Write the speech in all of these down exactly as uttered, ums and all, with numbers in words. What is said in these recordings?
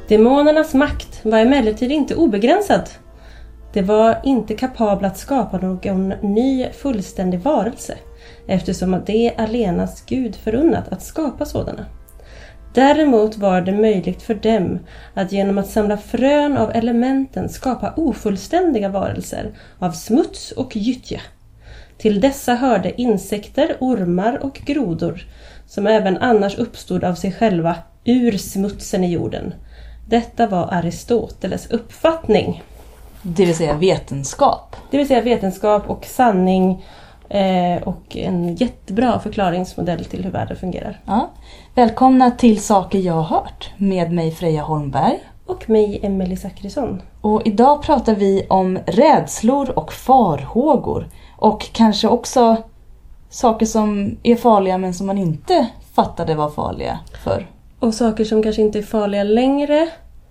Demonernas makt var emellertid inte obegränsad. Det var inte kapabla att skapa någon ny fullständig varelse, eftersom det är allenas Gud förunnat att skapa sådana. Däremot var det möjligt för dem att genom att samla frön av elementen skapa ofullständiga varelser av smuts och gyttja. Till dessa hörde insekter, ormar och grodor, som även annars uppstod av sig själva ur smutsen i jorden. Detta var Aristoteles uppfattning. Det vill säga vetenskap. Det vill säga vetenskap och sanning eh, och en jättebra förklaringsmodell till hur världen fungerar. Ja. Välkomna till Saker jag har hört med mig Freja Holmberg. Och mig Emelie Zackrisson. Och idag pratar vi om rädslor och farhågor. Och kanske också saker som är farliga men som man inte fattade var farliga för. Och saker som kanske inte är farliga längre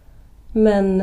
men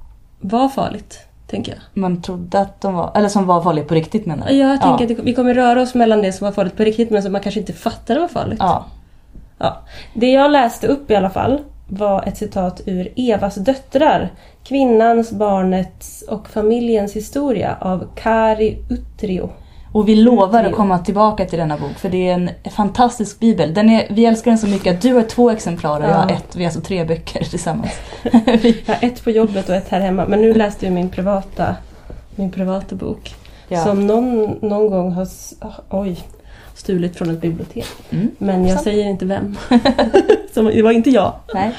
var farligt, tänker jag. Man trodde att de var, eller som var farliga på riktigt menar du? Ja, jag tänker ja. att vi kommer röra oss mellan det som var farligt på riktigt men som man kanske inte fattade var farligt. Ja. Ja. Det jag läste upp i alla fall var ett citat ur Evas döttrar, kvinnans, barnets och familjens historia av Kari Utrio. Och vi lovar att komma tillbaka till denna bok, för det är en fantastisk bibel. Den är, vi älskar den så mycket att du har två exemplar och ja. jag har ett. Vi har alltså tre böcker tillsammans. Jag har ett på jobbet och ett här hemma. Men nu läste jag min privata, min privata bok. Ja. Som någon, någon gång har oj, stulit från ett bibliotek. Mm. Men jag säger inte vem. Som, det var inte jag. Nej.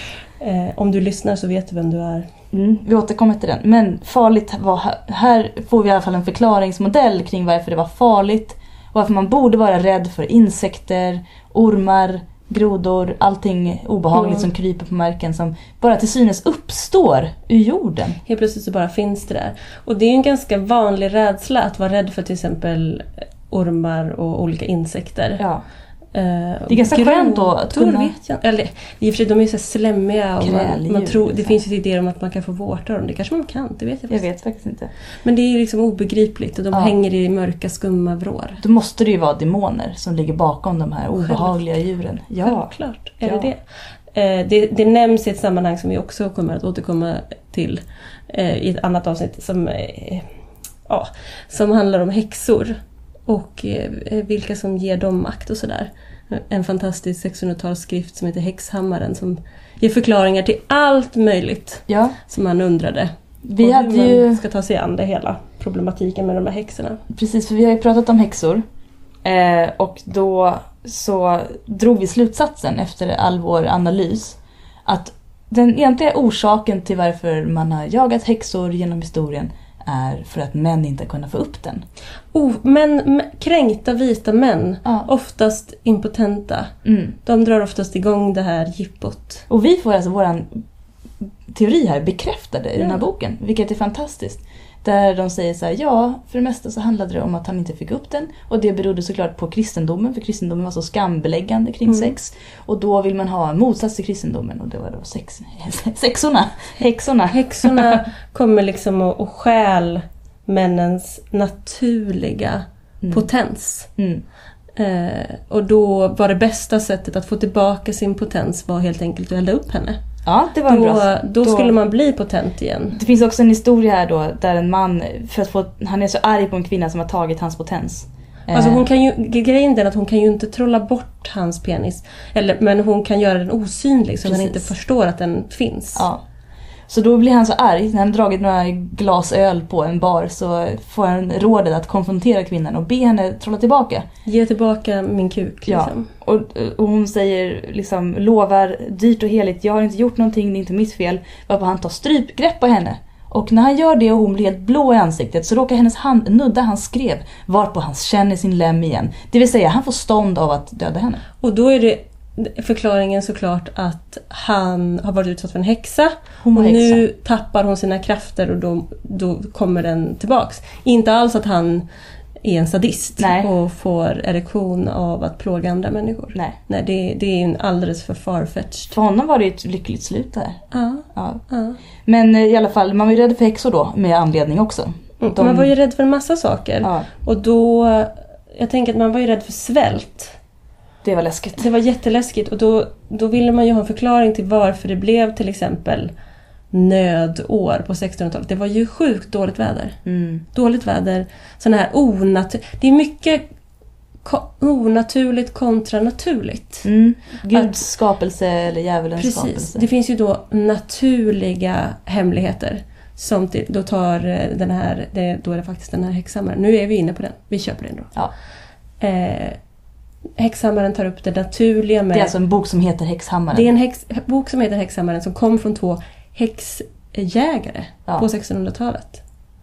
Eh, om du lyssnar så vet du vem du är. Mm, vi återkommer till den. Men farligt var här, här får vi i alla fall en förklaringsmodell kring varför det var farligt. Och varför man borde vara rädd för insekter, ormar, grodor, allting obehagligt mm. som kryper på marken som bara till synes uppstår ur jorden. Helt plötsligt så bara finns det där. Och det är ju en ganska vanlig rädsla att vara rädd för till exempel ormar och olika insekter. Ja. Uh, det är ganska skönt då att kunna... vet jag. Eller, i och för sig, de är så slemmiga och man, man tror, det finns ju idéer om att man kan få vårtor dem. Det kanske man kan, det vet jag faktiskt. Jag vet faktiskt inte. Men det är liksom obegripligt och de ja. hänger i mörka skumma vrår. Då måste det ju vara demoner som ligger bakom de här obehagliga djuren. Ja, självklart. Är ja. det det? Uh, det? Det nämns i ett sammanhang som vi också kommer att återkomma till uh, i ett annat avsnitt som, uh, uh, som handlar om häxor. Och eh, vilka som ger dem makt och sådär. En fantastisk sexhundratalsskrift som heter Häxhammaren som ger förklaringar till allt möjligt ja. som man undrade. Vi och hade hur man ju... ska ta sig an det hela problematiken med de här häxorna. Precis, för vi har ju pratat om häxor. Eh, och då så drog vi slutsatsen efter all vår analys att den egentliga orsaken till varför man har jagat häxor genom historien är för att män inte kunnat få upp den. Oh, men kränkta vita män, ja. oftast impotenta. Mm. De drar oftast igång det här jippot. Och vi får alltså våran teori här bekräftade i ja. den här boken, vilket är fantastiskt. Där de säger så här, ja, för det mesta så handlade det om att han inte fick upp den. Och det berodde såklart på kristendomen, för kristendomen var så skambeläggande kring mm. sex. Och då vill man ha motsats till kristendomen, och det var då sex, sexorna, häxorna. Häxorna kommer liksom och, och stjäl männens naturliga mm. potens. Mm. Eh, och då var det bästa sättet att få tillbaka sin potens var helt enkelt att elda upp henne. Ja, det var en då, bra. Då skulle då, man bli potent igen. Det finns också en historia här då där en man, för att få, han är så arg på en kvinna som har tagit hans potens. Alltså hon kan ju, grejen är att hon kan ju inte trolla bort hans penis. Eller, men hon kan göra den osynlig så att han inte förstår att den finns. Ja. Så då blir han så arg, när han dragit några glas öl på en bar så får han rådet att konfrontera kvinnan och be henne trolla tillbaka. Ge tillbaka min kuk. Liksom. Ja, och, och hon säger liksom, lovar dyrt och heligt, jag har inte gjort någonting, det är inte mitt fel. Varpå han tar strypgrepp på henne. Och när han gör det och hon blir helt blå i ansiktet så råkar hennes hand nudda hans skrev, varpå han känner sin lem igen. Det vill säga, han får stånd av att döda henne. Och då är det förklaringen såklart att han har varit utsatt för en häxa och häxa. Nu tappar hon sina krafter och då, då kommer den tillbaks. Inte alls att han är en sadist Nej. och får erektion av att plåga andra människor. Nej, Nej det, det är en alldeles för farfetched. För honom var det ett lyckligt slut där. Ja. Ja. Ja. Men i alla fall, man var ju rädd för häxor då, med anledning också. Mm, De... Man var ju rädd för en massa saker. Ja. Och då, jag tänker att man var ju rädd för svält. Det var läskigt. Det var jätteläskigt och då, då ville man ju ha en förklaring till varför det blev till exempel nödår på sextonhundratalet. Det var ju sjukt dåligt väder. Mm. Dåligt väder, sådana här onaturligt. Det är mycket ko- onaturligt kontra naturligt. Mm. Guds skapelse eller djävulens Precis. skapelse. Det finns ju då naturliga hemligheter som till, då tar den här, det, då är det faktiskt den här häxhammaren. Nu är vi inne på den. Vi köper den då. Ja. Eh, häxhammaren tar upp det naturliga med... Det är alltså en bok som heter Häxhammaren. Det är en häx, bok som heter Häxhammaren som kom från två häxjägare Ja. på sextonhundratalet.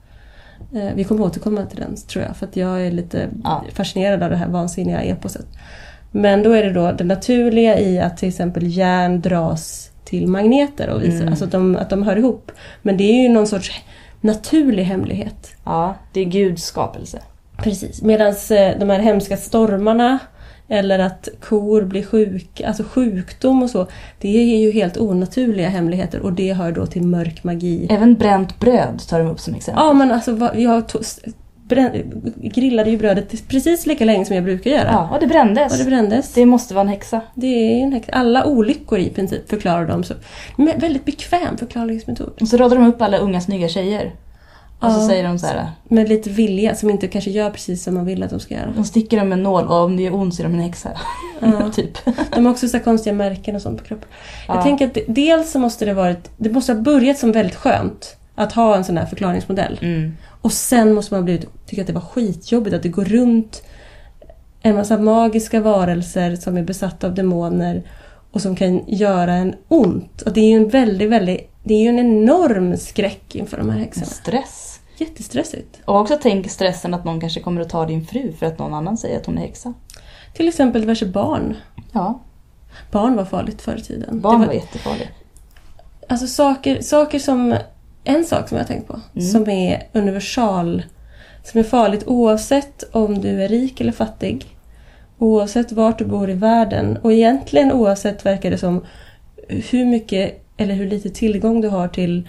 Eh, vi kommer återkomma till den, tror jag, för att jag är lite Ja. fascinerad av det här vansinniga eposet. Men då är det då det naturliga i att till exempel järn dras till magneter och visar, Mm. alltså att de, att de hör ihop. Men det är ju någon sorts naturlig hemlighet. Ja, det är Guds skapelse. Precis, medan de här hemska stormarna eller att kor blir sjuka, alltså sjukdom och så, det är ju helt onaturliga hemligheter och det hör då till mörk magi. Även bränt bröd tar de upp som exempel. Ja, men alltså vad- jag to- brän- grillade ju brödet precis lika länge som jag brukar göra. Ja, och det brändes. Och det brändes. Det måste vara en häxa. Det är ju en häx- alla olyckor i princip förklarar de så. Men väldigt bekväm förklaringsmetod. Och så radar de upp alla unga snygga tjejer. Och så Ja. säger de så här. Med lite vilja som inte kanske gör precis som man vill att de ska göra. De sticker dem med en nål och om det är ont så är de en häxa. Ja. typ. De har också så här konstiga märken och sånt på kroppen. Ja. Jag tänker att det, dels så måste det varit, det måste ha börjat som väldigt skönt att ha en sån här förklaringsmodell. Mm. Och sen måste man bli, tycka att det var skitjobbigt att det går runt en massa magiska varelser som är besatta av demoner och som kan göra en ont. Och det är ju en väldigt, väldigt, det är ju en enorm skräck inför de här häxorna. Stress. Jättestressigt. Och också tänk stressen att någon kanske kommer att ta din fru för att någon annan säger att hon är häxa. Till exempel diverse barn. Ja, Barn var farligt förr i tiden. barn Det var, var, jättefarliga. alltså saker, saker som, en sak som jag har tänkt på, Mm. som är universal, som är farligt oavsett om du är rik eller fattig, oavsett vart du bor i världen och egentligen oavsett, verkar det som, hur mycket eller hur lite tillgång du har till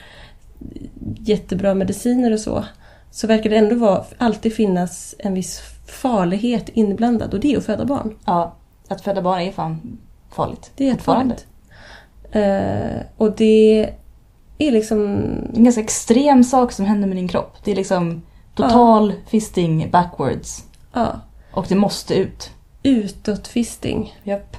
jättebra mediciner och så, så verkar det ändå vara, alltid finnas en viss farlighet inblandad och det är att föda barn. Ja, att föda barn är fan farligt. Det är Fortfarande. jättefarligt. Eh, och det är liksom... Det är en ganska extrem sak som händer med din kropp. Det är liksom total fisting backwards. Ja, Och det måste ut. utåtfisting Japp.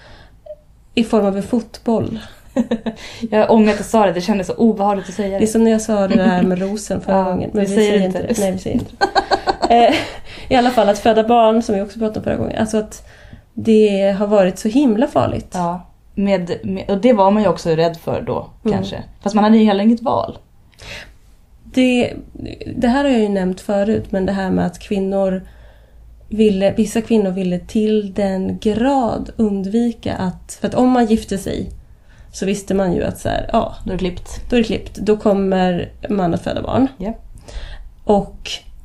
i form av en fotboll. Jag ångrar att jag sa det, det kändes så obehagligt att säga Det är det. som när jag sa det där med rosen förra Ja, gången. vi säger inte det. Nej, vi säger inte det. Eh, I alla fall att föda barn, som vi också pratade om förra gången. Alltså att det har varit så himla farligt. Ja, med, med, och det var man ju också rädd för då, Mm. kanske. Fast man hade ju heller inget val. Det, det här har jag ju nämnt förut, men det här med att kvinnor ville, vissa kvinnor ville till den grad undvika att, för att om man gifte sig så visste man ju att så här, ja, Då är det klippt. då är det klippt, då kommer man att föda barn. Ja. Och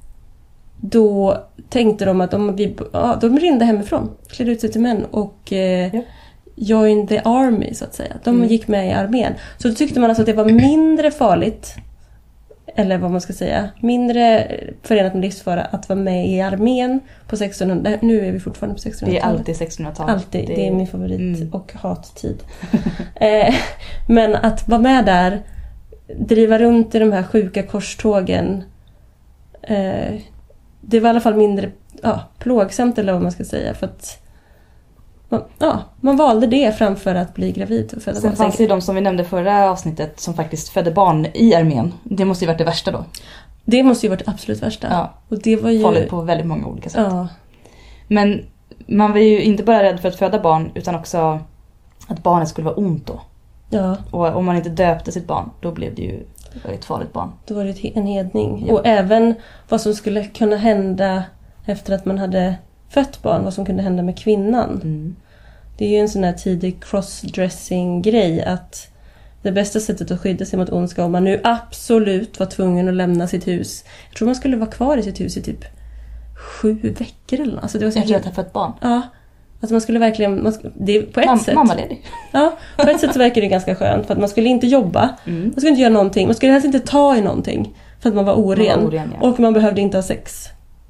då tänkte de att om vi, ja, de ringde hemifrån, klädde ut sig till män och eh, Ja. joined the army så att säga. De Mm. gick med i armén. Så då tyckte man alltså att det var mindre farligt, eller vad man ska säga, mindre förenat med livsfara att vara med i armén på sextonhundra. Nu är vi fortfarande på Det är sextonhundratalet. alltid sextonhundratal. Alltid, det är min favorit Mm. och hattid. eh, men att vara med där, driva runt i de här sjuka korstågen, eh, det var i alla fall mindre ja, plågsamt eller vad man ska säga. För att man, ja, man valde det framför att bli gravid och föda Sen barn. fanns det ju de som vi nämnde förra avsnittet som faktiskt födde barn i armén. Det måste ju varit det värsta då. Det måste ju varit det absolut värsta. Ja. Och det var ju... Farligt på väldigt många olika sätt. Ja, Men man var ju inte bara rädd för att föda barn utan också att barnet skulle vara ont då. ja, Och om man inte döpte sitt barn, då blev det ju ett farligt barn. då var det ett- en hedning. Ja. Och även vad som skulle kunna hända efter att man hade fött barn, vad som kunde hända med kvinnan. Mm. Det är ju en sån här tidig crossdressing-grej att det bästa sättet att skydda sig mot ondska, om man nu absolut var tvungen att lämna sitt hus. Jag tror man skulle vara kvar i sitt hus i typ sju veckor eller något. Alltså det var så Jag tror helt... att jag fött barn. Ja, alltså man skulle verkligen... Man skulle... Det är på ett Mam- sätt... Mammaledig. Ja, på ett sätt så verkar det ganska skönt för att man skulle inte jobba. Mm. Man skulle inte göra någonting. Man skulle helst inte ta i någonting för att man var oren. Man var oren, ja. Och man behövde inte ha sex.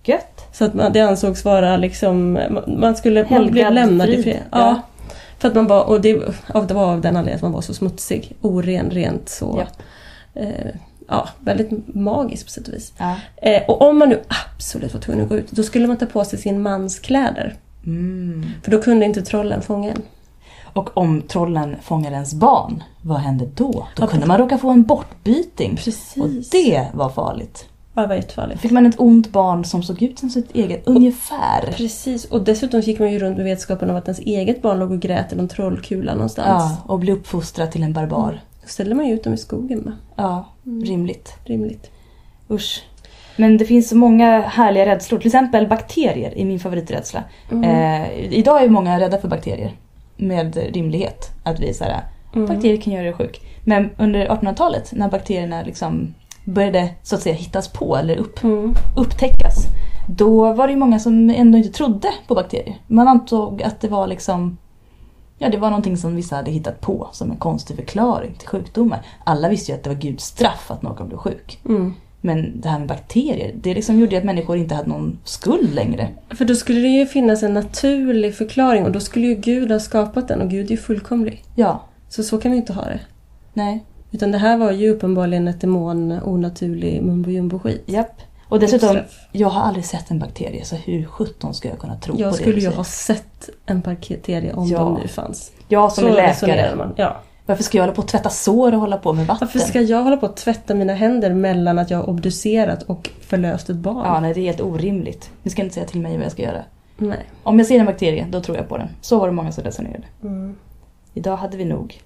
Gött. Så att man, det ansågs vara liksom, man skulle man blev lämnad i fred. Ja. Ja. För att man var, och det, det var av den anledningen att man var så smutsig, oren, rent så. Ja. Eh, ja, väldigt magiskt på sätt och vis. Ja. Eh, och om man nu absolut var tvungen att gå ut, då skulle man ta på sig sin mans kläder. Mm. För då kunde inte trollen fånga en. Och om trollen fångar ens barn, vad hände då? Då Ja, kunde man råka få en bortbyting. Precis. Och det var farligt. Ja, det var jättefarligt. Fick man ett ont barn som såg ut som sitt eget, ungefär. Precis, och dessutom gick man ju runt med vetskapen av att ens eget barn låg och grät i någon trollkula någonstans. Ja, och bli uppfostrad till en barbar. Då ställde man ju ut dem i skogen med. Ja, Mm. rimligt. Rimligt. Usch. Men det finns så många härliga rädslor. Till exempel bakterier är min favoriträdsla. Mm. Eh, idag är många rädda för bakterier. Med rimlighet. Att vi säger Mm. bakterier kan göra dig sjuk. Men under artonhundratalet när bakterierna liksom började så att säga hittas på eller upp, Mm. upptäckas. Då var det ju många som ändå inte trodde på bakterier. Man antog att det var liksom ja, det var någonting som vissa hade hittat på som en konstig förklaring till sjukdomar. Alla visste ju att det var Guds straff att någon blev sjuk. Mm. Men det här med bakterier, det liksom gjorde att människor inte hade någon skuld längre. För då skulle det ju finnas en naturlig förklaring och då skulle ju Gud ha skapat den och Gud är ju fullkomlig. Ja, Så så kan vi inte ha det. nej, Utan det här var ju uppenbarligen ett demon, onaturlig mumbo-jumbo-skit. japp. Och dessutom, Straff. jag har aldrig sett en bakterie, så hur sjutton ska jag kunna tro på Jag det? skulle ju du ha säger? sett en bakterie om Ja. de nu fanns. Jag som Så är resonerar läkare, man. Ja. varför ska jag hålla på att tvätta sår och hålla på med vatten? Varför ska jag hålla på att tvätta mina händer mellan att jag har obducerat och förlöst ett barn? Ja, nej, det är helt orimligt. Ni ska inte säga till mig vad jag ska göra. Nej. Om jag ser en bakterie, då tror jag på den. Så var det många som resonerade. Mm. Idag hade vi nog...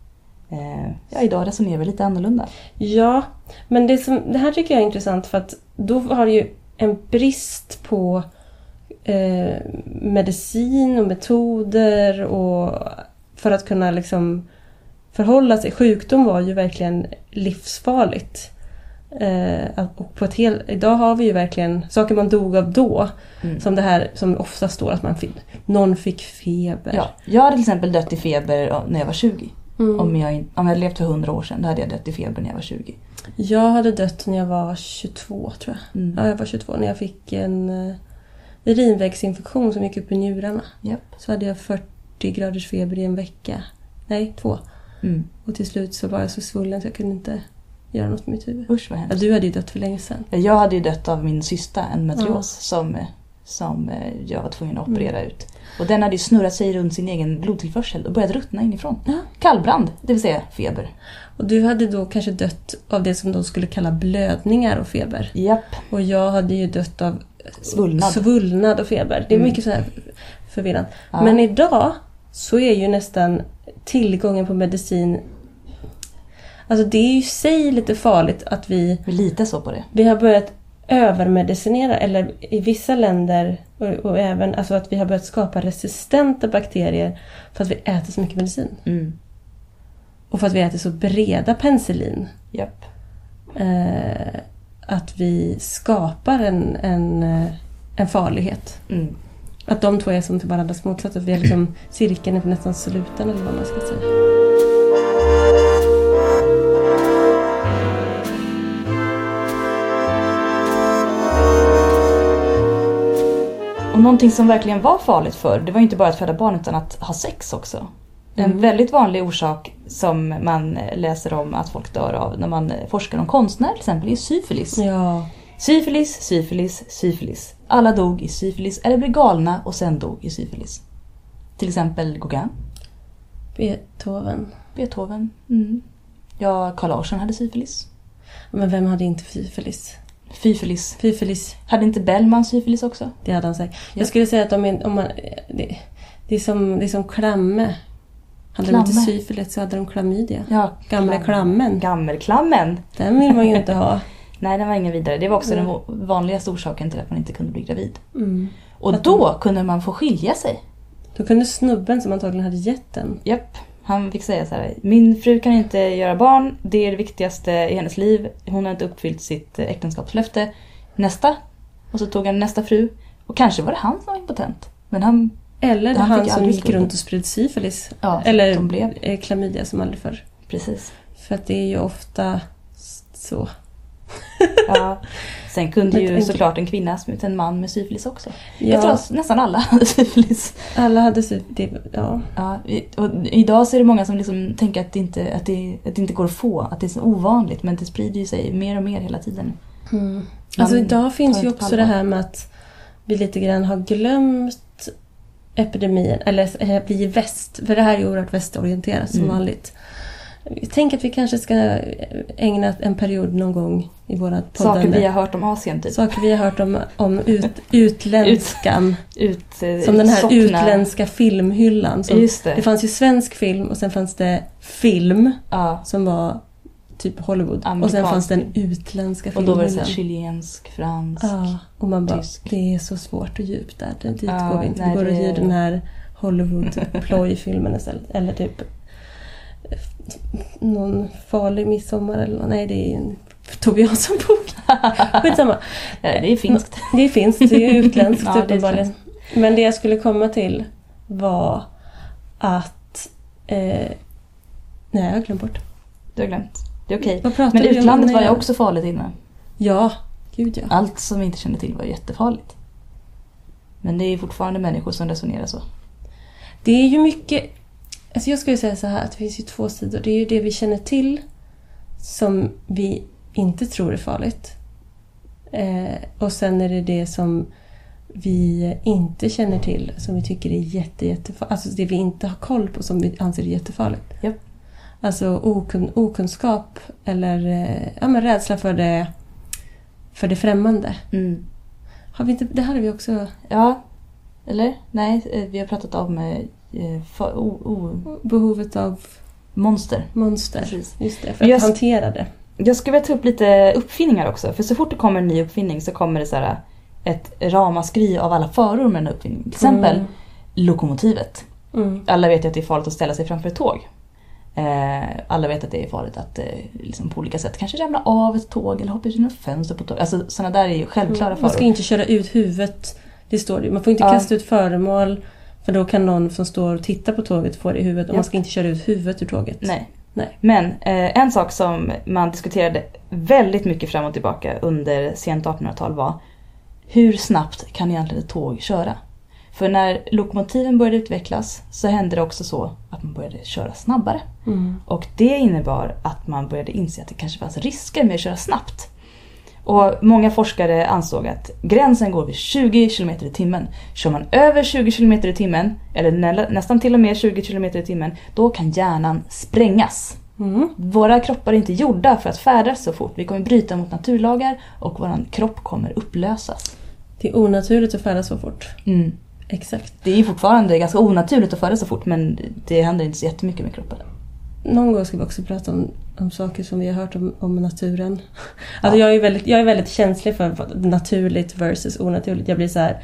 Eh, ja, idag resonerar vi lite annorlunda. Ja, men det, som, det här tycker jag är intressant för att då har det ju en brist på eh, medicin och metoder och för att kunna liksom förhålla sig. Sjukdom var ju verkligen livsfarligt. Eh, och på ett helt, idag har vi ju verkligen saker man dog av då. Mm. Som det här som ofta står att man fick, någon fick feber. Ja, jag hade till exempel dött i feber när jag var tjugo. Mm. Om, jag, om jag hade levt för hundra år sedan, då hade jag dött i feber när jag var tjugo. Jag hade dött när jag var tjugotvå tror jag. Mm. Ja, jag var tjugotvå när jag fick en eh, urinvägsinfektion som gick upp i njurarna. Japp. Så hade jag fyrtio graders feber i en vecka. Nej, två. Mm. Och till slut så var jag så svullen så jag kunde inte göra något med mitt huvud. Usch vad Ja, hemskt. du hade ju dött för länge sedan. Jag hade ju dött av min syster, en metrios, Ja. som, som eh, jag var tvungen att operera mm. ut. Och den hade ju snurrat sig runt sin egen blodtillförsel och börjat ruttna inifrån. Ja. Kallbrand, det vill säga feber. Och du hade då kanske dött av det som de skulle kalla blödningar och feber. Japp. Och jag hade ju dött av Svullnad. svullnad och feber. Det är Mm. mycket så här förvirrande. Ja. Men idag så är ju nästan tillgången på medicin... Alltså det är ju i sig lite farligt att vi, Vi litar så på det. vi har börjat övermedicinera. Eller i vissa länder och, och även alltså att vi har börjat skapa resistenta bakterier för att vi äter så mycket medicin. Mm. Och för att vi äter så breda penicillin. Japp. Eh, att vi skapar en, en, eh, en farlighet. Mm. Att de två är som till varandras motsats. Att vi är liksom, cirkeln är nästan sluten eller vad man ska säga. Och någonting som verkligen var farligt för, det var ju inte bara att föda barn utan att ha sex också. En Mm. väldigt vanlig orsak som man läser om att folk dör av när man forskar om konstnär till exempel är syfilis. Ja. Syfilis, syfilis, syfilis. Alla dog i syfilis eller blev galna och sen dog i syfilis. Till exempel Gauguin, Beethoven. Beethoven. Mm. Ja, Carl Larsson hade syfilis. Men vem hade inte syfilis? Fyfilis. Syfilis, Hade inte Bellman syfilis också? det hade han sagt. Ja. Jag skulle säga att om, om man... Det, det, är som, det är som klamme. Hade de inte Klamme. syfilis så hade de klamydia. Ja, Gamla klam- klammen. Gammelklammen. Den vill man ju inte ha. Nej, den var ingen vidare. Det var också Mm. den vanligaste orsaken till att man inte kunde bli gravid. Mm. Och Att då kunde man få skilja sig. Då kunde snubben som antagligen hade gett den. Japp. Han fick säga så här: min fru kan inte göra barn. Det är det viktigaste i hennes liv. Hon har inte uppfyllt sitt äktenskapslöfte. Nästa. Och så tog han nästa fru. Och kanske var det han som var impotent. Men han... Eller Han han, fick som aldrig gick skulden. runt och spred syfilis. Ja, Eller de blev. eh, klamydia som aldrig förr. Precis. För att det är ju ofta så. Ja. Sen kunde Men ju tänk- såklart en kvinna smuta en man med syfilis också. Ja. Jag tror att nästan alla hade syfilis. Alla hade syfilis, ja. Ja, i- och idag så är det många som liksom tänker att det, inte, att, det, att det inte går att få, att det är så ovanligt, men det sprider ju sig mer och mer hela tiden. Mm. Alltså idag finns tar ju inte på också det allvar. här med att vi lite grann har glömt epidemien, eller eh, vi i väst, för det här är ju oerhört västorienterat som Mm. vanligt. Tänk att vi kanske ska ägna en period någon gång i våra Saker poddande. vi har hört om Asien typ. Saker vi har hört om, om ut, utländskan. Ut, eh, Som den här sockna. utländska filmhyllan. Som, Just det. det fanns ju svensk film och sen fanns det film Ja. som var typ Hollywood. Och sen Amerikansk fanns det en film. utländska Och då var det filmhyllan. så här chilensk, fransk. Ja, och man bara, tysk. det är så svårt och djupt där. Det- Dit Ja, går vi inte. nej, Vi går och det- hyr den här Hollywood-plojfilmen istället. Eller typ eh, någon farlig midsommar eller något. Nej, det är en Tove Jansson-bok. Skitsamma. Ja, det är finskt. Det är finskt, det är utländskt Ja, det är uppenbarligen. Men det jag skulle komma till var att... Eh, nej, jag har glömt bort. Du har glömt. Det är okej. Vad pratade Men vi om utlandet var ju innan? också farligt innan. Ja, gud ja. Allt som vi inte kände till var jättefarligt. Men det är fortfarande människor som resonerar så. Det är ju mycket... Alltså jag skulle säga så här att det finns ju två sidor. Det är ju det vi känner till som vi inte tror är farligt. Eh, och sen är det det som vi inte känner till som vi tycker är jätte, jättefarligt. Alltså det vi inte har koll på som vi anser är jättefarligt. Japp. Alltså okun, okunskap eller eh, ja, men rädsla för det, för det främmande. Mm. Har vi inte, det hade vi också... Ja. Eller? Nej, eh, vi har pratat om eh, fa- o, o, Behovet av monster. monster. Precis. Just det, för Jag att s- hantera det. Jag skulle vilja ta upp lite uppfinningar också. För så fort det kommer en ny uppfinning så kommer det så här ett ramaskri av alla faror med den här uppfinningen. Till exempel Mm. lokomotivet. Mm. Alla vet ju att det är farligt att ställa sig framför ett tåg. Eh, alla vet att det är farligt att eh, liksom på olika sätt kanske ramla av ett tåg eller hoppa ut genom ett fönster på tåg. Alltså sådana där är ju självklara faror. Man ska inte köra ut huvudet. Det står det. Man får inte Ja. kasta ut föremål. För då kan någon som står och tittar på tåget få det i huvudet. Och Ja. man ska inte köra ut huvudet ur tåget. Nej. Nej. Men eh, en sak som man diskuterade väldigt mycket fram och tillbaka under sent artonhundratal var hur snabbt kan egentligen ett tåg köra? För när lokomotiven började utvecklas så hände det också så att man började köra snabbare. Mm. Och det innebar att man började inse att det kanske fanns risker med att köra snabbt. Och många forskare ansåg att gränsen går vid tjugo kilometer i timmen. Kör man över tjugo kilometer i timmen, eller nä- nästan till och med tjugo kilometer i timmen, då kan hjärnan sprängas. Mm. Våra kroppar är inte gjorda för att färdas så fort. Vi kommer bryta mot naturlagar och vår kropp kommer upplösas. Det är onaturligt att färdas så fort. Mm. Exakt. Det är ju fortfarande ganska onaturligt att färdas så fort, men det händer inte så jättemycket med kroppen. Någon gång ska vi också prata om, om saker som vi har hört om, om naturen. Alltså jag, är väldigt, jag är väldigt känslig för vad- naturligt versus onaturligt. Jag blir så här...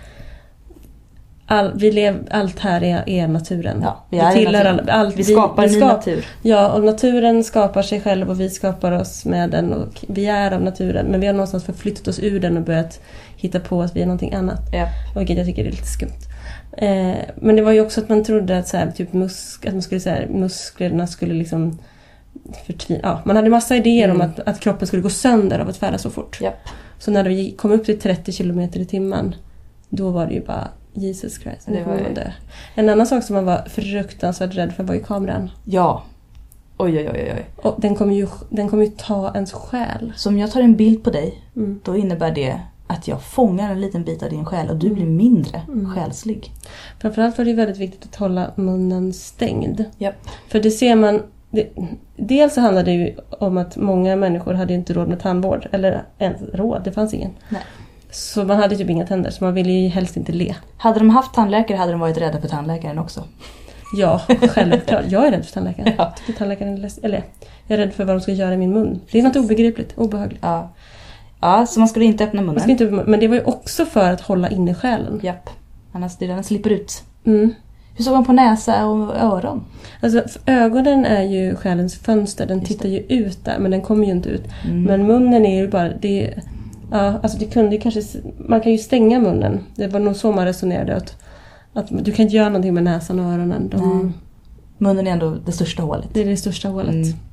All, vi lev, allt här är, är naturen. Ja, vi är i tillhör naturen. all, allt, Vi skapar en ny skap- natur. Ja, och naturen skapar sig själv och vi skapar oss med den och vi är av naturen. Men vi har någonstans förflyttat oss ur den och börjat hitta på att vi är någonting annat. Ja. Vilket jag tycker är lite skumt. Eh, men det var ju också att man trodde att, så här, typ musk, att man skulle, så här, musklerna skulle liksom förtvina. Ja, man hade massa idéer Mm. om att, att kroppen skulle gå sönder av att färdas så fort. Japp. Så när vi kom upp till trettio kilometer i timmen, då var det ju bara Jesus Christ. Det Nu kommer var- man dö. En annan sak som man var fruktansvärt rädd för var ju kameran. Ja. Oj, oj, oj, oj. Och den kommer ju, den kommer ju ta ens själ. Så om jag tar en bild på dig, Mm. då innebär det att jag fångar en liten bit av din själ och du Mm. blir mindre Mm. själslig. Framförallt var det väldigt viktigt att hålla munnen stängd. Japp. För det ser man... Det, dels så handlade det ju om att många människor hade inte råd med tandvård. Eller ens råd, det fanns ingen. Nej. Så man hade typ inga tänder, så man ville ju helst inte le. Hade de haft tandläkare hade de varit rädda för tandläkaren också. Ja, självklart. Jag är rädd för tandläkaren. Ja. Jag tycker tandläkaren är läs- Eller, jag är rädd för vad de ska göra i min mun. Det är något obegripligt, obehagligt. Ja. Ja, så man skulle inte öppna munnen. Man ska inte, men det var ju också för att hålla inne själen. Japp. Annars det den slipper ut. Mm. Hur såg man på näsa och öron? Alltså, för ögonen är ju själens fönster. Den Just tittar ju ut där, men den kommer ju inte ut. Mm. Men munnen är ju bara... Det, ja, alltså det kunde ju kanske... Man kan ju stänga munnen. Det var nog så man resonerade. Att, att du kan inte göra någonting med näsan och öronen. De, Nej. Munnen är ändå det största hålet. det är det största hålet. Mm.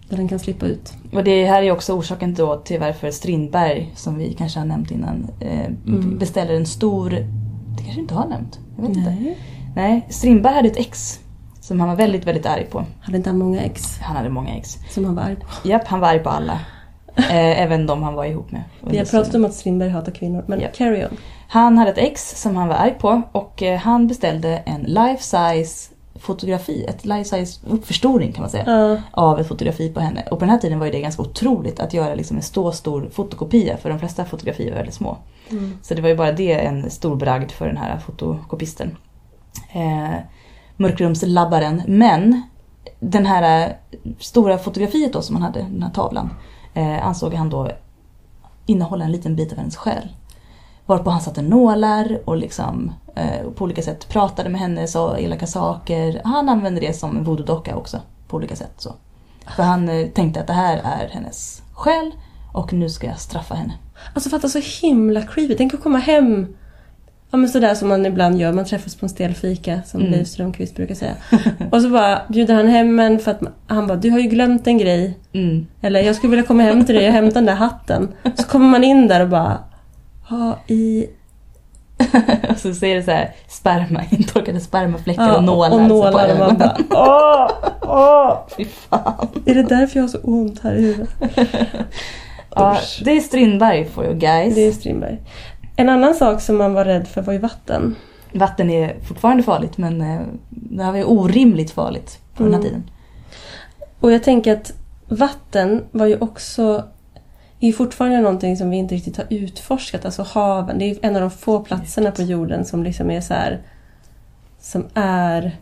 där den kan slippa ut. Och det här är också orsaken då till varför Strindberg, som vi kanske har nämnt innan, eh, mm. beställer en stor... Det kanske inte har nämnt. Jag vet Nej. inte. Nej, Strindberg hade ett ex som han var väldigt, väldigt arg på. Hade inte han många ex? Han hade många ex. Som han var arg på? Japp, han var arg på alla. eh, även de han var ihop med. Vi har pratat om att Strindberg hatar kvinnor, men yep. Carry on. Han hade ett ex som han var arg på och eh, han beställde en life-size fotografi, ett life-size uppförstoring kan man säga, uh. av ett fotografi på henne. Och på den här tiden var det ganska otroligt att göra liksom en stor, stor fotokopia, för de flesta fotografier var väldigt små. Mm. Så det var ju bara det en stor bragd för den här fotokopisten. Eh, mörkrumslabbaren. Men den här stora fotografiet då som han hade, den här tavlan, eh, ansåg han då innehålla en liten bit av hennes själ. Varpå han satte nålar och liksom eh, på olika sätt pratade med henne, så elaka saker. Han använde det som en voodoo-docka också på olika sätt. Så. För han eh, tänkte att det här är hennes själ och nu ska jag straffa henne. Alltså fatta så himla creepy. Tänk att komma hem, ja men sådär som man ibland gör. Man träffas på en stelfika som mm. Liv Strömquist brukar säga. Och så bara bjuder han hem en för att han bara, du har ju glömt en grej. Mm. Eller jag skulle vilja komma hem till dig och hämta den där hatten. Så kommer man in där och bara... Ha i... och så ser det så här sperma, intorkade spermafläckar ja, och nålar, och nålar på och man bara, åh, åh. Fy fan. Är det därför jag har så ont här i huvudet? Ja, det är Strindberg for you guys. Det är Strindberg. En annan sak som man var rädd för var ju vatten. Vatten är fortfarande farligt, men det här var ju orimligt farligt på mm. den här tiden. Och jag tänker att vatten var ju också... Det är fortfarande någonting som vi inte riktigt har utforskat. Alltså haven. Det är en av de få platserna på jorden som liksom är så här, som är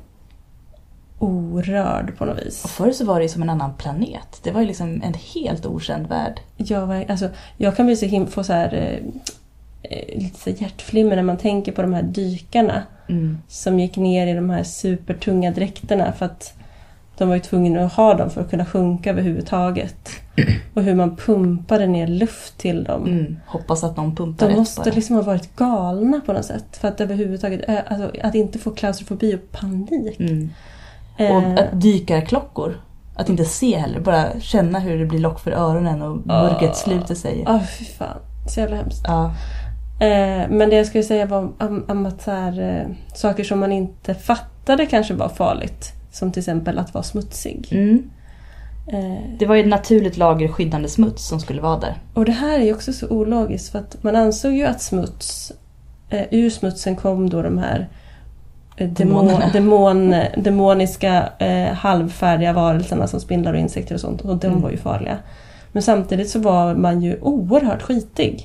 orörd på något vis. Och förr så var det som en annan planet. Det var ju liksom en helt okänd värld. Ja, alltså, jag kan bli så him- få så här, eh, lite så hjärtflimmer när man tänker på de här dykarna mm. som gick ner i de här supertunga dräkterna för att de var ju tvungna att ha dem för att kunna sjunka överhuvudtaget. Och hur man pumpade ner luft till dem. Mm, hoppas att någon pumpar de rätt. De måste bara. liksom ha varit galna på något sätt. För att överhuvudtaget, alltså, att inte få klaustrofobi och panik. Mm. Eh. Och att dykarklockor. Att inte se heller. Bara känna hur det blir lock för öronen och mörkret oh. sluter sig. Ja, oh, fy fan. Så jävla hemskt. Ja. Eh, men det jag skulle säga var om, om att så här, eh, saker som man inte fattade kanske var farligt. Som till exempel att vara smutsig. Mm. Eh, det var ju ett naturligt lager skyddande smuts som skulle vara där. Och det här är ju också så ologiskt. För att man ansåg ju att smuts... Eh, ur smutsen kom då de här eh, demon, demon, demoniska eh, halvfärdiga varelserna som spindlar och insekter och sånt. Och de mm. var ju farliga. Men samtidigt så var man ju oerhört skitig.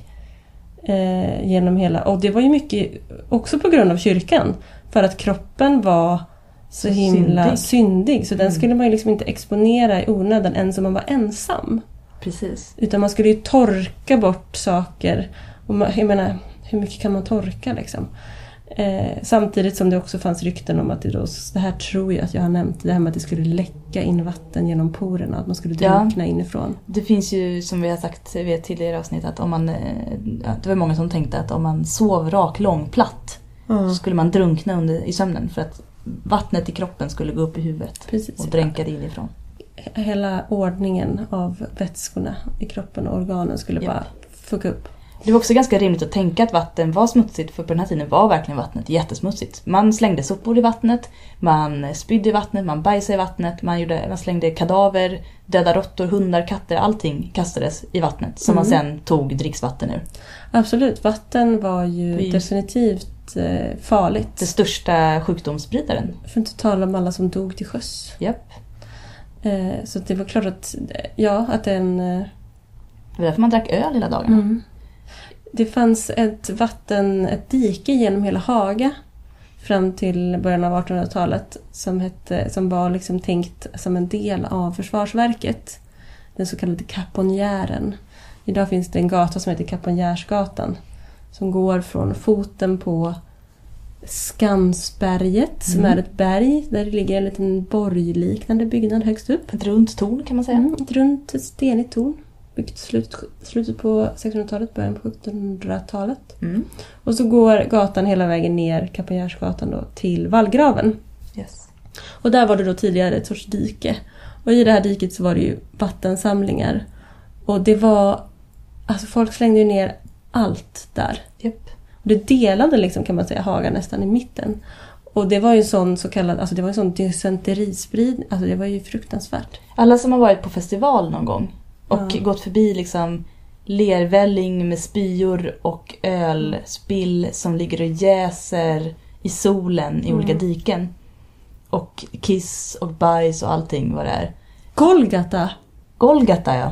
Eh, genom hela... Och det var ju mycket också på grund av kyrkan. För att kroppen var... så himla syndig. syndig. Så mm. den skulle man ju liksom inte exponera i onödan ens om man var ensam. Precis. Utan man skulle ju torka bort saker. Och man, jag menar, hur mycket kan man torka liksom? Eh, samtidigt som det också fanns rykten om att det, då, det här tror jag att jag har nämnt, det här med att det skulle läcka in vatten genom porerna. Att man skulle drunkna ja. inifrån. Det finns ju, som vi har sagt vid ett tidigare avsnitt, att om man, det var många som tänkte att om man sov rak lång platt mm. så skulle man drunkna under, i sömnen för att vattnet i kroppen skulle gå upp i huvudet. Precis, och dränka det inifrån. Hela ordningen av vätskorna i kroppen och organen skulle ja. bara fucka upp. Det var också ganska rimligt att tänka att vatten var smutsigt, för på den här tiden var verkligen vattnet jättesmutsigt. Man slängde sopor i vattnet, man spydde i vattnet, man bajsade i vattnet, man, gjorde, man slängde kadaver, döda råttor, hundar, katter, allting kastades i vattnet som mm. man sen tog dricksvatten ur. Absolut, vatten var ju Vi... definitivt farligt. Det största sjukdomsspridaren. För inte tala om alla som dog till sjöss. Japp. Eh, så det var klart att ja, att en... Eh... Det var därför man drack öl hela dagen. Mm. Det fanns ett vatten, ett dike genom hela Haga fram till början av artonhundratalet som, hette, som var liksom tänkt som en del av Försvarsverket. Den så kallade Kaponjären. Idag finns det en gata som heter Kaponjärsgatan. Som går från foten på Skansberget, som mm. är ett berg där det ligger en liten borgliknande byggnad högst upp. Ett runt torn kan man säga. Mm, ett runt ett stenigt torn. Byggt slut, slutet på sexhundratalet, början på sjuttonhundratalet. Mm. Och så går gatan hela vägen ner, Kaponjärsgatan då, till Vallgraven. Yes. Och där var det då tidigare ett sorts dike. Och i det här diket så var det ju vattensamlingar. Och det var... Alltså folk slängde ju ner allt där. Yep. Och det delade liksom, kan man säga, Haga nästan i mitten. Och det var ju en sån så kallad... Alltså det var en sån dysenterispridning. Alltså det var ju fruktansvärt. Alla som har varit på festival någon gång och Ja. gått förbi liksom lervälling med spyor och ölspill som ligger och jäser i solen i Mm. olika diken. Och kiss och bajs och allting vad det är. Golgata! Golgata, ja.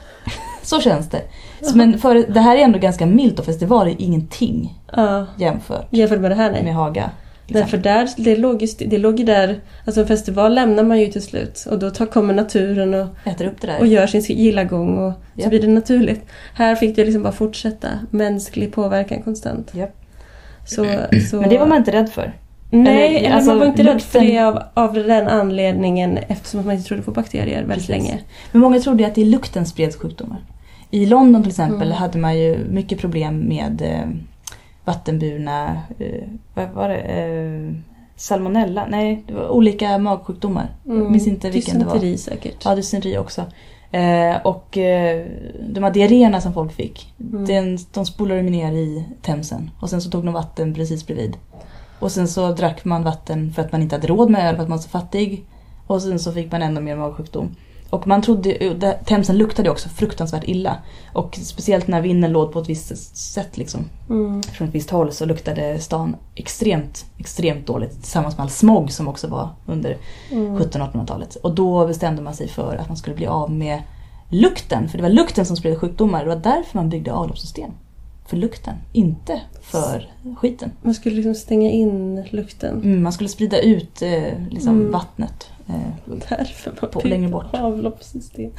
Så känns det. Så, men för, det här är ändå ganska milt och festival är ingenting Ja, jämfört jämfört med det här, nej. med Haga. Liksom. Därför där, det låg ju, det låg ju där, alltså en festival lämnar man ju till slut. Och då tar, kommer naturen och, Äter upp det där. och gör sin gilla gång och så Japp. blir det naturligt. Här fick det liksom bara fortsätta. Mänsklig påverkan konstant. Japp. Så, så, Men det var man inte rädd för. Nej, eller, eller alltså, man var inte rädd för lukten- det av, av den anledningen eftersom man inte trodde på bakterier väldigt Precis. länge. Men många trodde att det i lukten spreds sjukdomar. I London till exempel Mm. hade man ju mycket problem med eh, vattenburna, eh, vad var det? Eh, salmonella? Nej, det var olika magsjukdomar. Jag minns inte vilken det var. Dysenteri säkert. Ja, dysenteri också. Eh, och eh, de här diarréerna som folk fick, Mm. den, de spolade ner i Themsen. Och sen så tog de vatten precis bredvid. Och sen så drack man vatten för att man inte hade råd med öl för att man var så fattig. Och sen så fick man ännu mer magsjukdom. Och man trodde, där, Themsen luktade också fruktansvärt illa. Och speciellt när vinden låg på ett visst sätt liksom, Mm. från ett visst håll, så luktade stan extremt, extremt dåligt. Tillsammans med all smog som också var under Mm. sjuttonhundratalet. Och då bestämde man sig för att man skulle bli av med lukten. För det var lukten som spred sjukdomar. Det var därför man byggde avloppssystem. För lukten, inte för skiten. Man skulle liksom stänga in lukten. Mm, man skulle sprida ut eh, liksom Mm. vattnet. Eh, Därför man På- byggde längre bort. avloppssystem.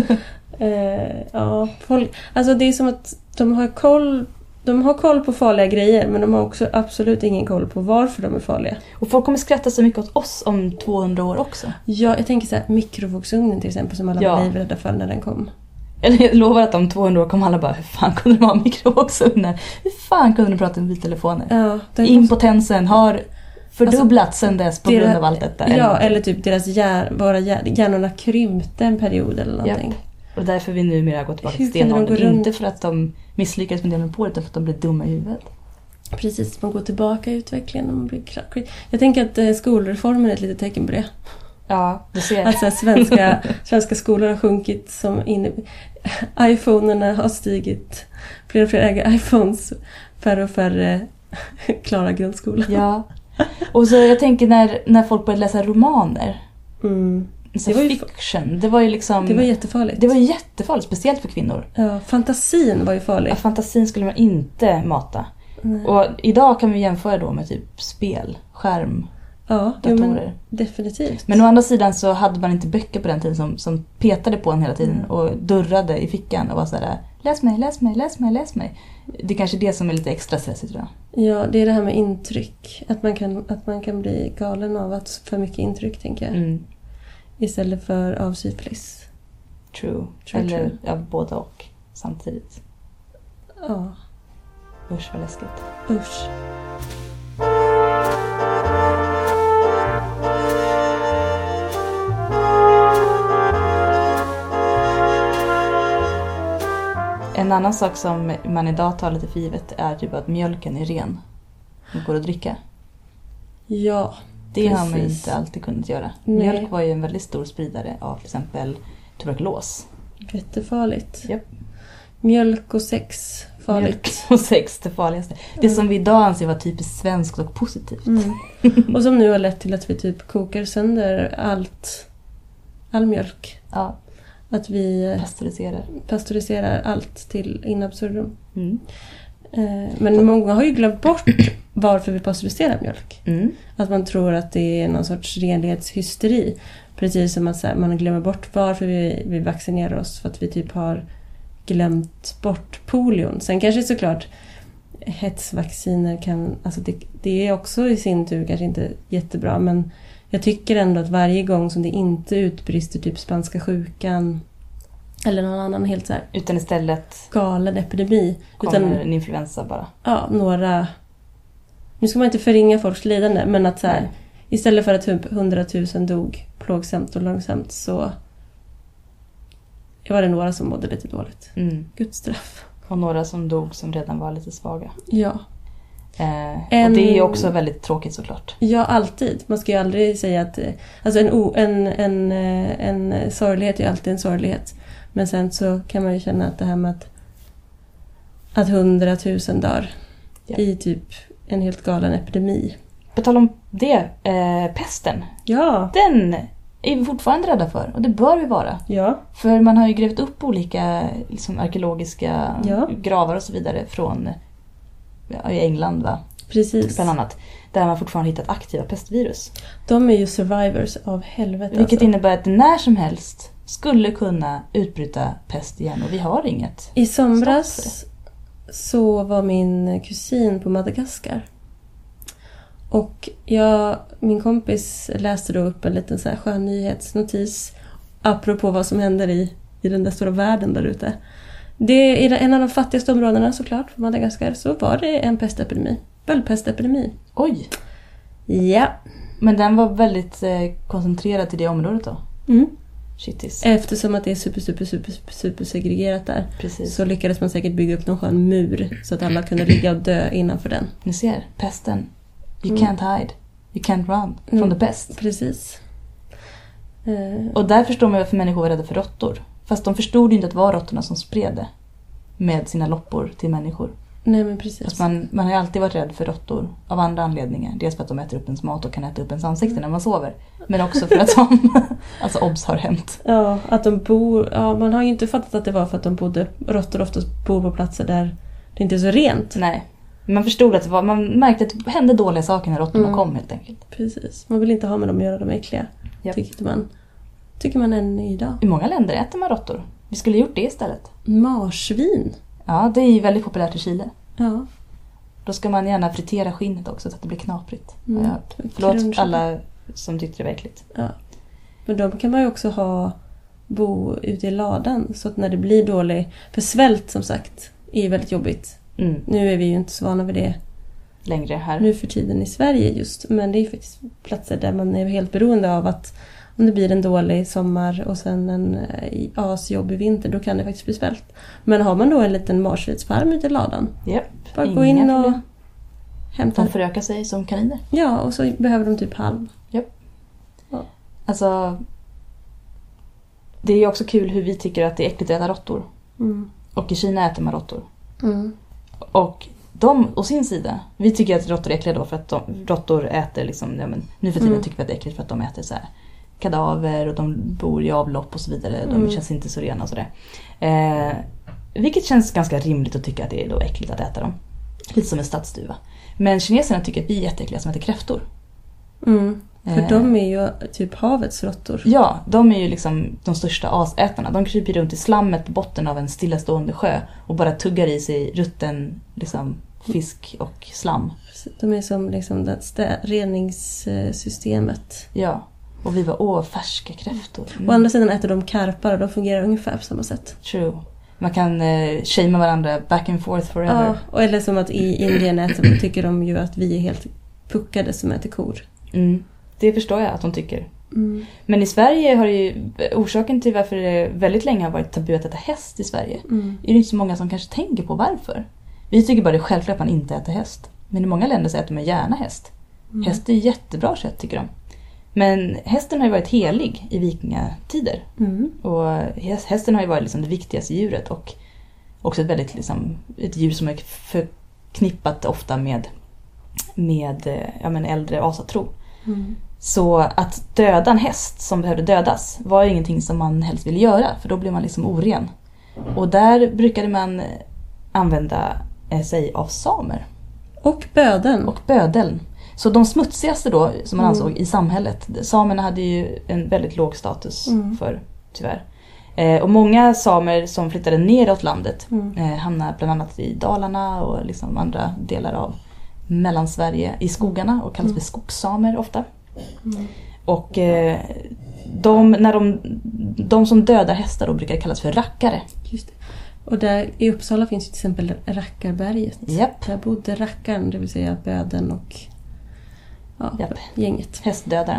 eh, ja, folk, alltså det är som att de har koll de har koll på farliga grejer, men de har också absolut ingen koll på varför de är farliga. och folk kommer skratta så mycket åt oss om tvåhundra år också. Ja, jag tänker så här, mikrovågsugnen till exempel, som alla Ja. var livrädda för när den kom. Eller jag lovar att om tvåhundra år kommer alla bara, hur fan kunde de ha mikrovågsugnar? Hur fan kunde de prata med mobiltelefoner? Ja, den Impotensen har fördubblats sedan dess på deras- grund av allt detta. Ja, någonting. eller typ deras hjär, våra hjär, hjärnorna krympte en period eller någonting. Och därför vi numera går tillbaka Hur till kunde de stenåldern. gå runt? Inte för att de misslyckades med det de på det, utan för att de blev dumma i huvudet. Precis, man går tillbaka i utvecklingen och man blir klar. Jag tänker att eh, skolreformen är ett litet tecken på det. Ja, du ser. Att så här, svenska, svenska skolor har sjunkit som in, iPhonerna har stigit. Fler och fler äger iPhones. Färre och färre klarar grundskolan. Ja. Och så jag tänker när, när folk började läsa romaner. Mm. Så Det var ju- fiction. Det var ju liksom... Det var jättefarligt. det var jättefarligt, speciellt för kvinnor. Ja, fantasin var ju farlig. Ja, fantasin skulle man inte mata. Nej. Och idag kan vi jämföra då med typ spel, skärm, Ja, jo, datorer. men definitivt. Men å andra sidan så hade man inte böcker på den tiden som, som petade på en hela tiden Mm. och durrade i fickan och var sådär, läs mig, läs mig, läs mig, läs mig. Det är kanske det som är lite extra stressigt, tror jag. Ja, det är det här med intryck. Att man kan, att man kan bli galen av att för mycket intryck, tänker jag. Mm. Istället för av syfilis. True. True, Eller true. ja, båda och samtidigt. Ja, Usch vad läskigt. usch. En annan sak som man idag tar lite för givet är typ att mjölken är ren och går att dricka. Ja, Det har man ju precis. inte alltid kunnat göra. Nej. Mjölk var ju en väldigt stor spridare av till exempel tuberkulos. Jättefarligt. Japp. Mjölk och sex, farligt. Mjölk och sex, det farligaste. Det Mm. som vi idag anser vara typiskt svenskt och positivt. Mm. Och som nu har lett till att vi typ kokar sönder allt, all mjölk. Ja, Att vi eh, pasteuriserar. pasteuriserar allt till in absurdum. Mm. Eh, Men många har ju glömt bort varför vi pasteuriserar mjölk. Mm. Att man tror att det är någon sorts renlighetshysteri. Precis som att så här, man glömmer bort varför vi, vi vaccinerar oss. För att vi typ har glömt bort polion. Sen kanske såklart hetsvacciner kan... Alltså det, det är också i sin tur kanske inte jättebra. Men jag tycker ändå att varje gång som det inte utbrister typ spanska sjukan eller någon annan helt så här Utan istället galen epidemi. kommer Utan en influensa bara. ja, några... Nu ska man inte förringa folks lidande, men att så här, Nej. istället för att typ hundratusen dog plågsamt och långsamt så var det några som mådde lite dåligt. Mm. Guds straff. Och några som dog som redan var lite svaga. Ja. Eh, En... Och det är ju också väldigt tråkigt såklart. Ja, alltid. Man ska ju aldrig säga att... Alltså en, o, en, en, en sorglighet är ju alltid en sorglighet. Men sen så kan man ju känna att det här med att att hundratusen dör ja. i typ en helt galen epidemi. På tal om det, eh, pesten. Ja. Den är vi fortfarande rädda för. Och det bör vi vara. Ja. För man har ju grävt upp olika liksom, arkeologiska ja. gravar och så vidare från ja, i England va? Precis. Bland annat. Där man fortfarande hittat aktiva pestvirus. De är ju survivors av helvete. Vilket alltså. innebär att det när som helst skulle kunna utbryta pest igen. Och vi har inget. I somras så var min kusin på Madagaskar. Och jag, min kompis läste då upp en liten så här skön nyhetsnotis apropå vad som händer i, i den där stora världen där ute. Det är en av de fattigaste områdena såklart på Madagaskar, så var det en pestepidemi. Böldpestepidemi. Oj! Ja. Men den var väldigt eh, koncentrerad till det området då? Mm. Shittis. Eftersom att det är super, super, super, super segregerat där. Precis. Så lyckades man säkert bygga upp någon skön mur så att alla kunde ligga och dö innanför den. Ni ser, pesten. You Mm. can't hide. You can't run from Mm. the pest. Precis. Uh. Och där förstår man varför människor var rädda för råttor. Fast de förstod ju inte att det var råttorna som spred det med sina loppor till människor. Nej, men precis. Fast man, man har ju alltid varit rädd för råttor av andra anledningar. Dels för att de äter upp ens mat och kan äta upp ens ansikte när man sover. Men också för att de, alltså obs har hänt. Ja, att de bor, ja, man har ju inte fattat att det var för att de bodde, råttor oftast bor på platser där det inte är så rent. Nej, man förstod att det var, man märkte att det hände dåliga saker när råttorna Mm. kom helt enkelt. Precis, man vill inte ha med dem att göra, de är äckliga. Japp. Tycker man, tycker man än idag. I många länder äter man råttor. Vi skulle gjort det istället. Marsvin. Ja, det är ju väldigt populärt i Chile. Ja. Då ska man gärna fritera skinnet också så att det blir knaprigt. Mm. Ja, förlåt Crunch. alla som tyckte det var äckligt. Ja. Men de kan man ju också ha bo ute i ladan så att när det blir dålig, för svält som sagt är väldigt jobbigt. Mm. Nu är vi ju inte så vana vid det Längre här. nu för tiden i Sverige just, men det är faktiskt platser där man är helt beroende av att om det blir en dålig sommar och sen en asjobbig vinter, då kan det faktiskt bli svält. Men har man då en liten marsvinsfarm ute i ladan, Japp. bara Inga gå in och problem. hämta. De förökar sig som kaniner. Ja, och så behöver de typ halv. Alltså, det är ju också kul hur vi tycker att det är äckligt att äta råttor. Mm. Och i Kina äter man råttor. Mm. Och de, å sin sida, vi tycker att råttor är äckliga då för att de, råttor äter liksom, ja, men nu för tiden Mm. tycker vi att det är äckligt för att de äter så här kadaver och de bor i avlopp och så vidare. De Mm. känns inte så rena och sådär. Eh, vilket känns ganska rimligt att tycka att det är då äckligt att äta dem. Lite som en stadsduva. Men kineserna tycker att vi är jätteäckliga som äter kräftor. Mm. För Eh. de är ju typ havets råttor. Ja, de är ju liksom de största asätarna. De kryper runt i slammet på botten av en stillastående sjö och bara tuggar i sig rutten liksom, fisk och slam. De är som liksom det stä- reningssystemet. Ja, och vi var åh, färska kräftor. Mm. Å andra sidan äter de karpar och de fungerar ungefär på samma sätt. True. Man kan eh, shamea varandra back and forth forever. Ja, och eller som att i Indien äter, tycker de ju att vi är helt puckade som äter kor. Mm. Det förstår jag att de tycker. Mm. Men i Sverige har det ju, orsaken till varför det väldigt länge har varit tabu att äta häst i Sverige, Mm. är det inte så många som kanske tänker på varför. Vi tycker bara det är självklart att man inte äter häst. Men i många länder så äter man gärna häst. Mm. Häst är jättebra kött tycker de. Men hästen har ju varit helig i vikingatider. Mm. Och hästen har ju varit liksom det viktigaste djuret. Och också ett väldigt liksom, ett djur som är förknippat ofta med, med ja, men äldre asatro. Mm. Så att döda en häst som behövde dödas var ju ingenting som man helst ville göra. För då blev man liksom oren. Och där brukade man använda sig av samer. Och böden. Och bödeln. Så de smutsigaste då, som man Mm. ansåg i samhället. Samerna hade ju en väldigt låg status Mm. för, tyvärr. Eh, och många samer som flyttade neråt landet Mm. eh, hamnade bland annat i Dalarna och liksom andra delar av Mellansverige i skogarna och kallas för skogssamer ofta. Mm. Och eh, de, när de, de som dödar hästar då brukar det kallas för rackare. Just det. Och där i Uppsala finns ju till exempel Rackarberget. Japp. Där bodde rackaren, det vill säga böden och ja, Japp. gänget. Hästdödaren.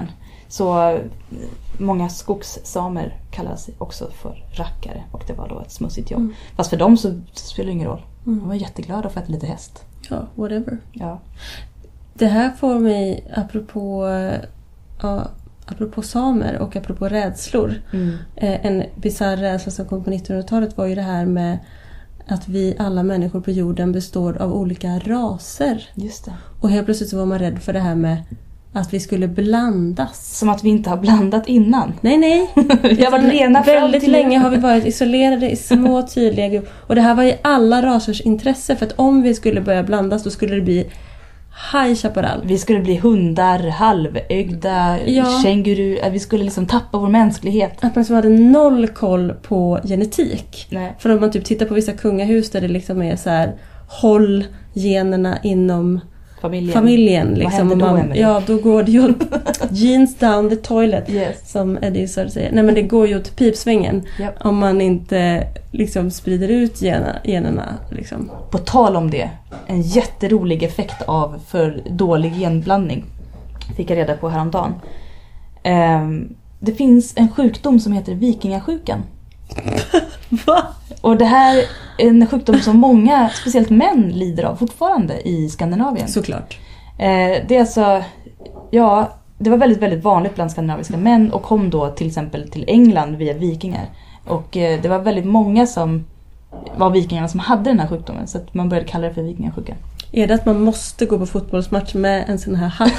Så många skogssamer kallas också för rackare. Och det var då ett smutsigt jobb. Mm. Fast för dem så spelar det ingen roll. Mm. De var jätteglada att få äta lite häst. Ja, whatever. Ja. Det här får mig, apropå, ja, apropå samer och apropå rädslor. Mm. Eh, en bizarr rädsla som kom på nittonhundratalet var ju det här med att vi alla människor på jorden består av olika raser. Just det. Och helt plötsligt så var man rädd för det här med att vi skulle blandas. Som att vi inte har blandat innan. Nej, nej. Vi har varit rena väldigt länge har vi varit isolerade i små tydliga grupper. Och det här var i alla rasers intresse. För att om vi skulle börja blandas då skulle det bli High Chaparral. Vi skulle bli hundar, halvögda, ja. känguru. Vi skulle liksom tappa vår mänsklighet. Att man liksom hade noll koll på genetik. Nej. För om man typ tittar på vissa kungahus där det liksom är så här, håll generna inom familjen. familjen liksom. Vad händer då, man, Emelie? Ja, då går det ju jeans down the toilet. Yes. Som Eddie så säger. Nej, men det går ju åt pipsvängen. Yep. Om man inte liksom sprider ut generna. generna liksom. På tal om det. En jätterolig effekt av för dålig genblandning. Fick jag reda på häromdagen. Um, det finns en sjukdom som heter vikingasjukan. Va? Och det här är en sjukdom som många, speciellt män, lider av fortfarande i Skandinavien. Såklart. Eh, det är alltså, ja, det var väldigt, väldigt vanligt bland skandinaviska män och kom då till exempel till England via vikingar. Och eh, det var väldigt många som var vikingarna som hade den här sjukdomen, så att man började kalla det för vikingasjukan. Är det att man måste gå på fotbollsmatch med en sån här hatt,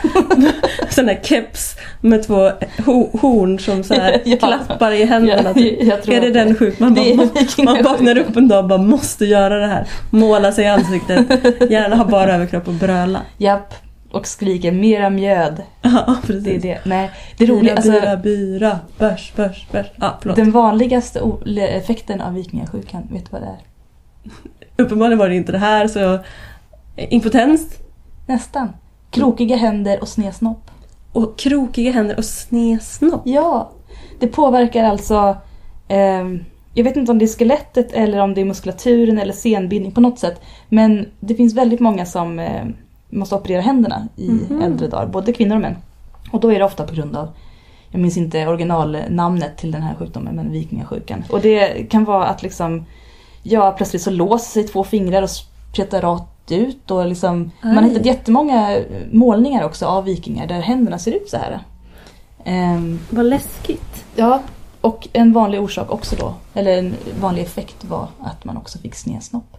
sån här keps med två ho- horn som så här ja. klappar i händerna? Ja, jag tror är det den sjuk? Man, bara, man vaknar upp en dag och bara måste göra det här. Måla sig i ansiktet, gärna ha bara överkropp och bröla. Japp, och skriker mera mjöd. Ja, precis. Det är det. Nej, det är roligt. Byra, byra, byra, bärs, bärs, bärs. Ja, förlåt. Den vanligaste effekten av vikingasjukan, vet du vad det är? Uppenbarligen var det inte det här, så impotens. Nästan. Krokiga händer och snesnopp. Och krokiga händer och snesnopp. Ja, det påverkar alltså eh, jag vet inte om det är skelettet eller om det är muskulaturen eller senbindning på något sätt. Men det finns väldigt många som eh, måste operera händerna i mm-hmm. äldre dagar, både kvinnor och män. Och då är det ofta på grund av, jag minns inte originalnamnet till den här sjukdomen, men vikingasjukan. Och det kan vara att liksom, ja, plötsligt så låser sig två fingrar och spretar rakt ut. Och liksom, man har hittat jättemånga målningar också av vikingar där händerna ser ut så här. Um, Vad läskigt. Ja, och en vanlig orsak också då, eller en vanlig effekt var att man också fick snesnopp.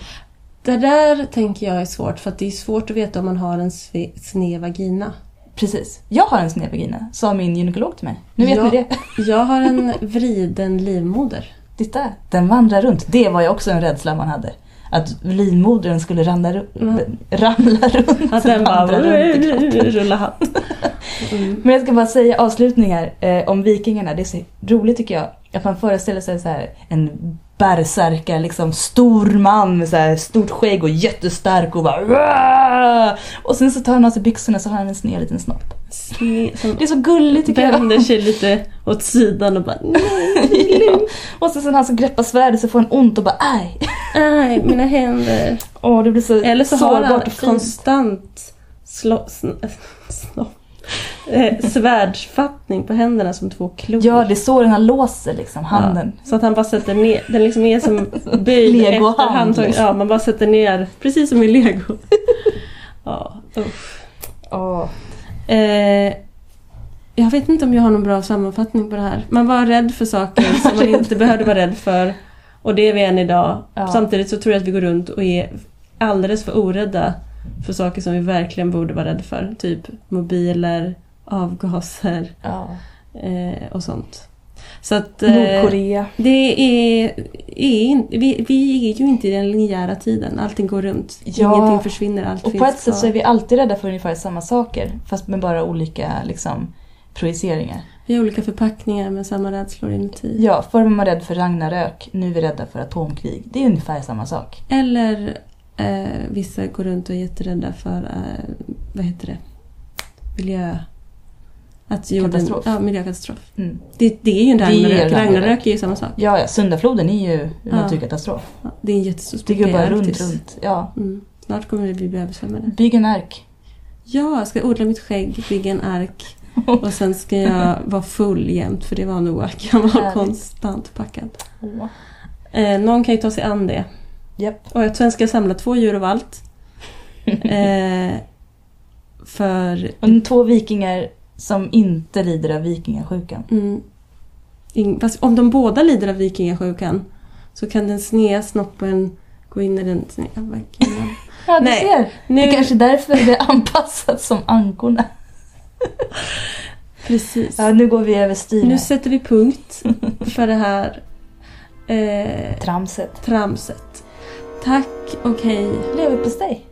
Det där tänker jag är svårt, för att det är svårt att veta om man har en sned vagina. Precis. Jag har en sned vagina, sa min gynekolog till mig. Nu vet jag, ni det. Jag har en vriden livmoder. Titta, den vandrar runt. Det var ju också en rädsla man hade. Att livmodern skulle ramla, mm. ramla runt. Att den bara rulla hatt. Mm. Men jag ska bara säga avslutningar eh, om vikingarna. Det är så roligt tycker jag. Att man föreställer sig så här en bärsärka, liksom stor man med så här stort skägg och jättestark och bara Wah! Och sen så tar han av sig byxorna så har han en sned liten snopp. Sne, det är så gulligt tycker jag. Vänder sig lite åt sidan och bara nej. Ja. Och så sen han så greppar svärdet så får han ont och bara aj. Aj, mina händer. Åh, det blir så eller så har han och konstant slå, sn, snopp. Eh, svärdsfattning på händerna som två klor. Ja, det är så den här låser liksom handen. Ja, så att han bara sätter ner, den liksom är som böjd Lego efter handtag. liksom. Ja, man bara sätter ner, precis som i Lego. Ja, usch. Oh. Eh, jag vet inte om jag har någon bra sammanfattning på det här. Man var rädd för saker som man inte behövde vara rädd för. Och det är vi än idag. Ja. Samtidigt så tror jag att vi går runt och är alldeles för orädda för saker som vi verkligen borde vara rädda för. Typ mobiler, avgaser ja. eh, och sånt. Så att, eh, Nordkorea. Det är, är in, vi, vi är ju inte i den linjära tiden. Allting går runt. Ja. Ingenting försvinner. Allt och finns på ett kvar. sätt så är vi alltid rädda för ungefär samma saker. Fast med bara olika liksom, projiceringar. Vi har olika förpackningar med samma rädslor inuti. Ja, förr var man rädd för Ragnarök. Nu är vi rädda för atomkrig. Det är ungefär samma sak. Eller eh, vissa går runt och är jätterädda för eh, vad heter det? Miljö... Att jorden, katastrof. Ja, miljökatastrof. Mm. Det, det är ju en Ragnarök. Ragnarök. Ragnarök är ju samma sak. Ja, ja. Sundafloden är ju en ja. naturkatastrof. Ja, det är en jättestor spricka. Det går bara runt, runt. Ja. Mm. Snart kommer vi bli översvämmade. Bygg en ark. Ja, jag ska odla mitt skägg, bygga en ark. Och sen ska jag vara full jämt, för det var Noah. Jag var Härligt. konstant packad. Åh. Eh, någon kan ju ta sig an det. Japp. Och jag tror jag ska samla två djur och allt. Eh, för... Och två vikingar som inte lider av vikingasjukan. Mm, in, fast om de båda lider av vikingasjukan så kan den sneda snoppen gå in i den sneda vaginan. Ja, du Nej, ser. nu- Det är kanske därför det är anpassat som ankorna. Precis. Ja, nu går vi över styr Nu här. sätter vi punkt för det här eh, Tramset. tramset. Tack och hej. Leverpastej.